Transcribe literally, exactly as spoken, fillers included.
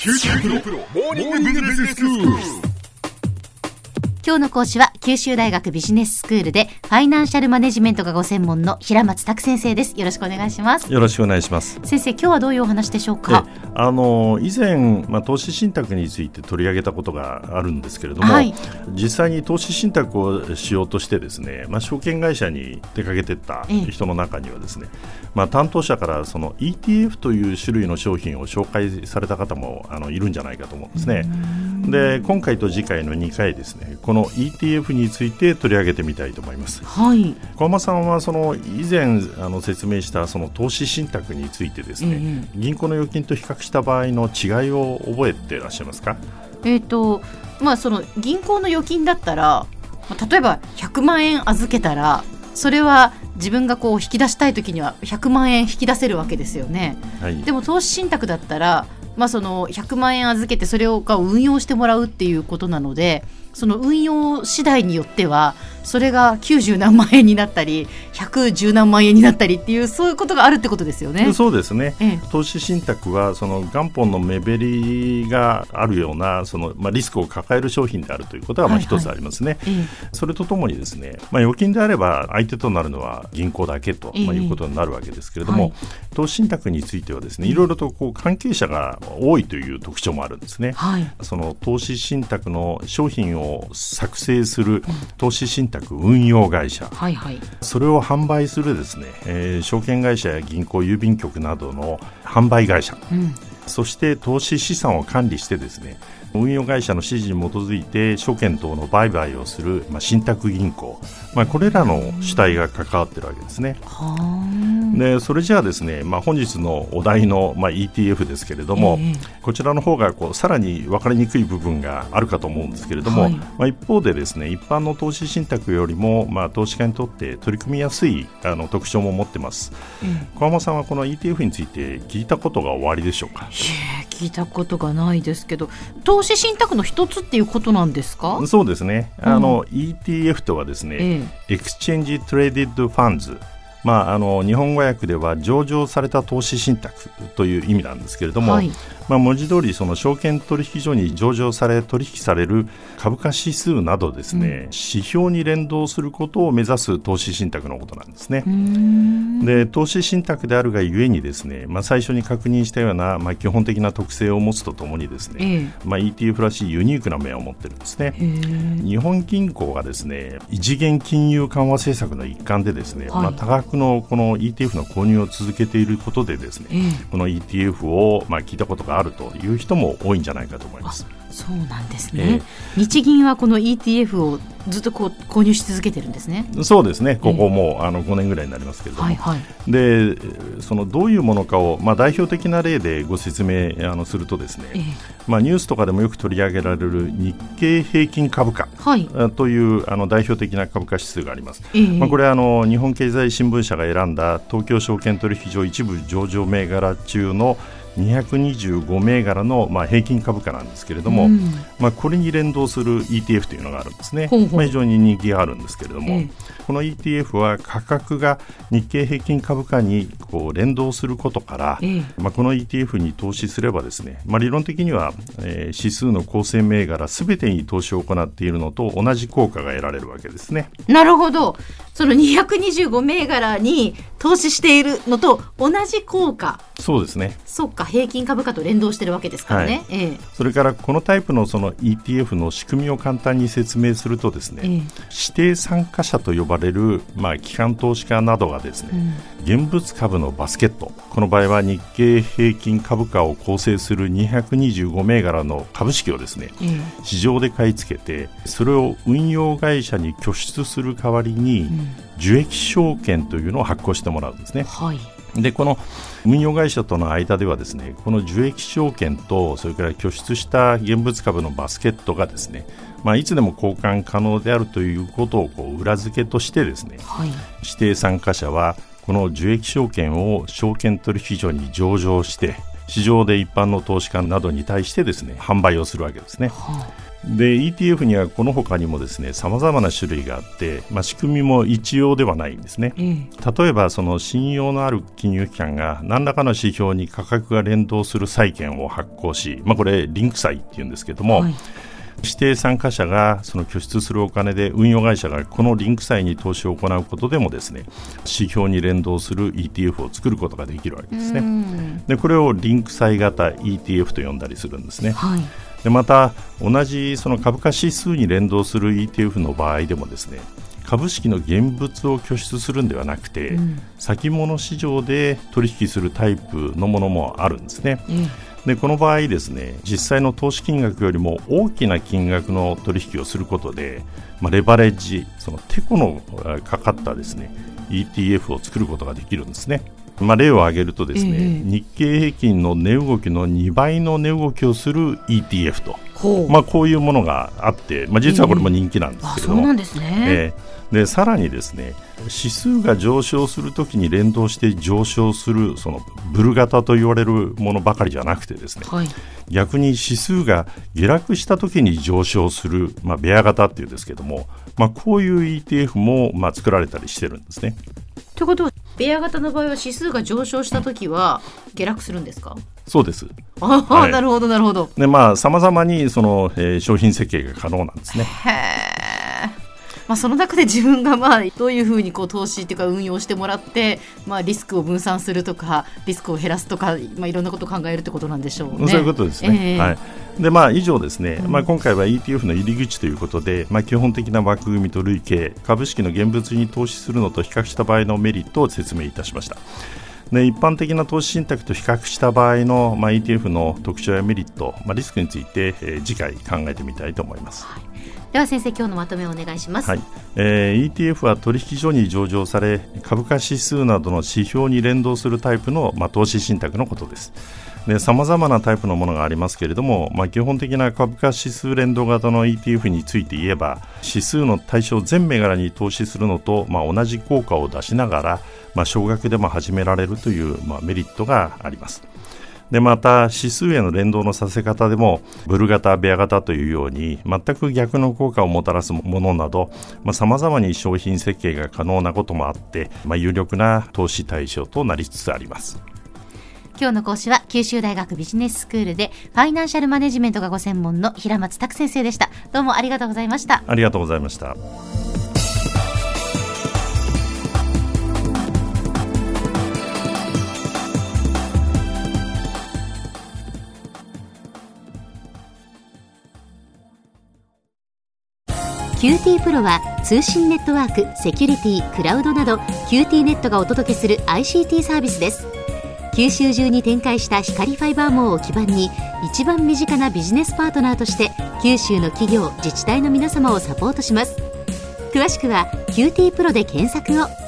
九州大学モーニングビジネススクール。 今日の講師は九州大学ビジネススクールでファイナンシャルマネジメントがご専門の平松卓先生です。よろしくお願いします。 よろしくお願いします。 先生、今日はどういうお話でしょうか。 あの以前、まあ、投資信託について取り上げたことがあるんですけれども、はい、実際に投資信託をしようとしてですね、まあ、証券会社に出かけていった人の中にはですね、まあ、担当者からその イーティーエフ という種類の商品を紹介された方もあのいるんじゃないかと思うんですね。で、今回と次回のにかいですね、この イーティーエフ について取り上げてみたいと思います。 はい、 小浜さんはその以前あの説明したその投資信託についてですね、えー、銀行の預金と比較した場合の違いを覚えていらっしゃいますか。 えーとまあ、その銀行の預金だったら、例えばひゃくまんえん預けたらそれは自分がこう引き出したいときにはひゃくまんえん引き出せるわけですよね。はい、でも投資信託だったら、まあ、そのひゃくまんえん預けてそれを運用してもらうっていうことなので、その運用次第によってはそれがきゅうじゅうなんまんえんになったりひゃくじゅうなんまんえんになったりっていう、そういうことがあるってことですよね。 そうですね、ええ、投資信託はその元本の目減りがあるようなその、まあ、リスクを抱える商品であるということがまあ一つありますね。はいはい、ええ、それとともにですね、まあ、預金であれば相手となるのは銀行だけと、まあ、いうことになるわけですけれども、ええ、投資信託についてはですね、いろいろとこう関係者が多いという特徴もあるんですね。はい、その投資信託の商品を作成する投資信託運用会社、はいはい、それを販売するですね、えー、証券会社や銀行、郵便局などの販売会社、うん、そして投資資産を管理してですね、運用会社の指示に基づいて証券等の売買をする、まあ、信託銀行、まあ、これらの主体が関わっているわけですね。で、それじゃあですね、まあ、本日のお題の、まあ、イーティーエフ ですけれども、えー、こちらの方がこうさらに分かりにくい部分があるかと思うんですけれども、はい、まあ、一方でですね、一般の投資信託よりも、まあ、投資家にとって取り組みやすいあの特徴も持ってます。えー、小浜さんはこの イーティーエフ について聞いたことがおありでしょうか。 聞いたことがないですけど、投資信託の一つっていうことなんですか。 そうですね、あの、うん、イーティーエフ とはですね、ええ、エクスチェンジトレーディッドファンズ、まあ、あの日本語訳では上場された投資信託という意味なんですけれども、はい、まあ、文字通りその証券取引所に上場され取引される株価指数などですね、うん、指標に連動することを目指す投資信託のことなんですね。で、投資信託であるがゆえにですね、まあ、最初に確認したような、まあ、基本的な特性を持つとともにですね、ええ、まあ、イーティーエフ らしいユニークな面を持っているんですね。日本銀行がですね、異次元金融緩和政策の一環でですね、はい、まあ、多額のこの イーティーエフ の購入を続けていることでですね、ええ、この イーティーエフ をまあ聞いたことがあるという人も多いんじゃないかと思います。 そうなんですね。えー、日銀はこの イーティーエフ をずっとこう購入し続けてるんですね。 そうですね、ここも、えー、あのごねんぐらいになりますけれども、はいはい、でそのどういうものかを、まあ、代表的な例でご説明あのするとですね、えーまあ、ニュースとかでもよく取り上げられる日経平均株価、はい、というあの代表的な株価指数があります。えーまあ、これはあの日本経済新聞社が選んだ東京証券取引所一部上場銘柄中のにひゃくにじゅうごめいがらの、まあ、平均株価なんですけれども、うん、まあ、これに連動する イーティーエフ というのがあるんですね。ほうほう、まあ、非常に人気があるんですけれども、ええ、この イーティーエフ は価格が日経平均株価にこう連動することから、ええ、まあ、この イーティーエフ に投資すればですね、まあ、理論的には、えー、指数の構成銘柄すべてに投資を行っているのと同じ効果が得られるわけですね。 なるほど、そのにひゃくにじゅうごめいがらに投資しているのと同じ効果。 そうですね。 そっか、平均株価と連動してるわけですからね。はい、ええ、 それからこのタイプのその イーティーエフ の仕組みを簡単に説明するとですね、ええ、指定参加者と呼ばれる、まあ、機関投資家などがですね、うん、現物株のバスケット、この場合は日経平均株価を構成するにひゃくにじゅうごめいがらの株式をですね、ええ、市場で買い付けて、それを運用会社に拠出する代わりに、うん、受益証券というのを発行してもらうんですね。はい、でこの運用会社との間ではですね、この受益証券とそれから拠出した現物株のバスケットがですね、まあ、いつでも交換可能であるということをこう裏付けとしてですね、はい、指定参加者はこの受益証券を証券取引所に上場して市場で一般の投資家などに対してですね販売をするわけですね。はあ、 で イーティーエフ にはこの他にもですね様々な種類があって、まあ、仕組みも一様ではないんですね、うん、例えばその信用のある金融機関が何らかの指標に価格が連動する債券を発行し、まあ、これリンク債っていうんですけども、はい、指定参加者がその拠出するお金で運用会社がこのリンク債に投資を行うことでもですね指標に連動する イーティーエフ を作ることができるわけですね。でこれをリンク債型 イーティーエフ と呼んだりするんですね、はい、でまた同じその株価指数に連動する イーティーエフ の場合でもですね株式の現物を拠出するんではなくて、うん、先物市場で取引するタイプのものもあるんですね、うんでこの場合ですね実際の投資金額よりも大きな金額の取引をすることで、まあ、レバレッジそのテコのかかったですね イーティーエフ を作ることができるんですね。まあ、例を挙げるとですね、えー、日経平均の値動きのにばいの値動きをする イーティーエフ とこう、まあ、こういうものがあって、まあ、実はこれも人気なんですけれども、 えー、あそうなんですね、 えー、でさらにですね指数が上昇するときに連動して上昇するそのブル型と言われるものばかりじゃなくてですね、はい、逆に指数が下落したときに上昇する、まあ、ベア型っていうんですけども、まあ、こういう イーティーエフ もまあ作られたりしてるんですね。 ということはベア型の場合は指数が上昇したときは下落するんですか？ そうです。 あ、はい、なるほどなるほど。 でまあ様々にその、えー、商品設計が可能なんですね。 へー。まあ、その中で自分がまあどういうふうにこう投資というか運用してもらって、まあ、リスクを分散するとかリスクを減らすとか、まあ、いろんなことを考えるってことなんでしょうね。 そういうことですね、えーはいでまあ、以上ですね、うんまあ、今回は イーティーエフ の入り口ということで、まあ、基本的な枠組みと類型株式の現物に投資するのと比較した場合のメリットを説明いたしました。で一般的な投資信託と比較した場合の、まあ、イーティーエフ の特徴やメリット、まあ、リスクについて、えー、次回考えてみたいと思います、はい。 では先生今日のまとめをお願いします、 はいえー、イーティーエフ は取引所に上場され株価指数などの指標に連動するタイプの、まあ、投資信託のことです。さまざまなタイプのものがありますけれども、まあ、基本的な株価指数連動型の イーティーエフ について言えば指数の対象全銘柄に投資するのと、まあ、同じ効果を出しながら、まあ、少額でも始められるという、まあ、メリットがあります。でまた指数への連動のさせ方でもブル型、ベア型というように全く逆の効果をもたらすものなどさまざ、まに商品設計が可能なこともあって、まあ、有力な投資対象となりつつあります。 今日の講師は九州大学ビジネススクールでファイナンシャルマネジメントがご専門の平松卓先生でした。どうもありがとうございました。 ありがとうございました。 キューティー プロは通信ネットワーク、セキュリティ、クラウドなど キューティー ネットがお届けする アイシーティー サービスです。九州中に展開した光ファイバー網を基盤に一番身近なビジネスパートナーとして九州の企業、自治体の皆様をサポートします。詳しくは キューティー プロで検索を。